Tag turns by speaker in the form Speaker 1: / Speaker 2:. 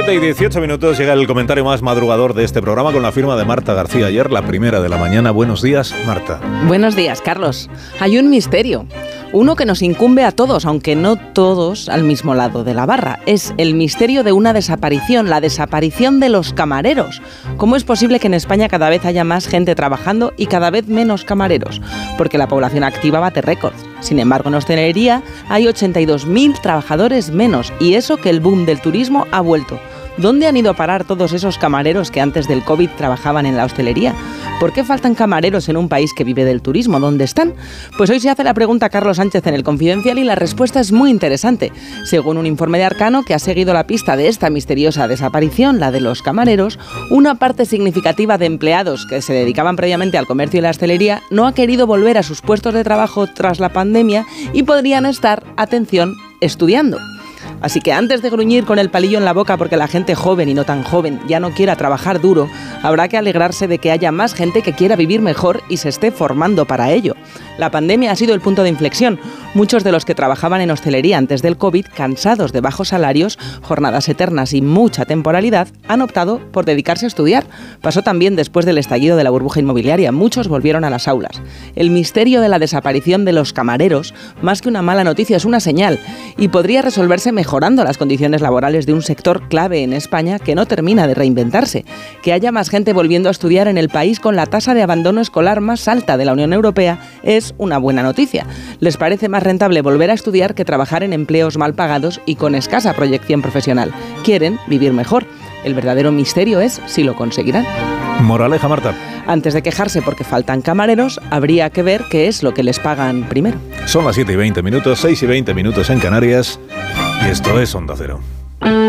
Speaker 1: 7:18 llega el comentario más madrugador de este programa con la firma de Marta García Ayer, la primera de la mañana. Buenos días, Marta.
Speaker 2: Buenos días, Carlos. Hay un misterio, uno que nos incumbe a todos, aunque no todos al mismo lado de la barra. Es el misterio de una desaparición, la desaparición de los camareros. ¿Cómo es posible que en España cada vez haya más gente trabajando y cada vez menos camareros? Porque la población activa bate récords. Sin embargo, en hostelería hay 82.000 trabajadores menos, y eso que el boom del turismo ha vuelto. ¿Dónde han ido a parar todos esos camareros que antes del COVID trabajaban en la hostelería? ¿Por qué faltan camareros en un país que vive del turismo? ¿Dónde están? Pues hoy se hace la pregunta a Carlos Sánchez en El Confidencial y la respuesta es muy interesante. Según un informe de Arcano que ha seguido la pista de esta misteriosa desaparición, la de los camareros, una parte significativa de empleados que se dedicaban previamente al comercio y la hostelería no ha querido volver a sus puestos de trabajo tras la pandemia y podrían estar, atención, estudiando. Así que antes de gruñir con el palillo en la boca porque la gente joven y no tan joven ya no quiera trabajar duro, habrá que alegrarse de que haya más gente que quiera vivir mejor y se esté formando para ello. La pandemia ha sido el punto de inflexión. Muchos de los que trabajaban en hostelería antes del COVID, cansados de bajos salarios, jornadas eternas y mucha temporalidad, han optado por dedicarse a estudiar. Pasó también después del estallido de la burbuja inmobiliaria. Muchos volvieron a las aulas. El misterio de la desaparición de los camareros, más que una mala noticia, es una señal y podría resolverse mejorando las condiciones laborales de un sector clave en España que no termina de reinventarse. Que haya más gente volviendo a estudiar en el país con la tasa de abandono escolar más alta de la Unión Europea es una buena noticia. Les parece más rentable volver a estudiar que trabajar en empleos mal pagados y con escasa proyección profesional. Quieren vivir mejor. El verdadero misterio es si lo conseguirán.
Speaker 1: Moraleja, Marta.
Speaker 2: Antes de quejarse porque faltan camareros, habría que ver qué es lo que les pagan primero.
Speaker 1: Son las 7:20, 6:20 en Canarias, y esto es Onda Cero.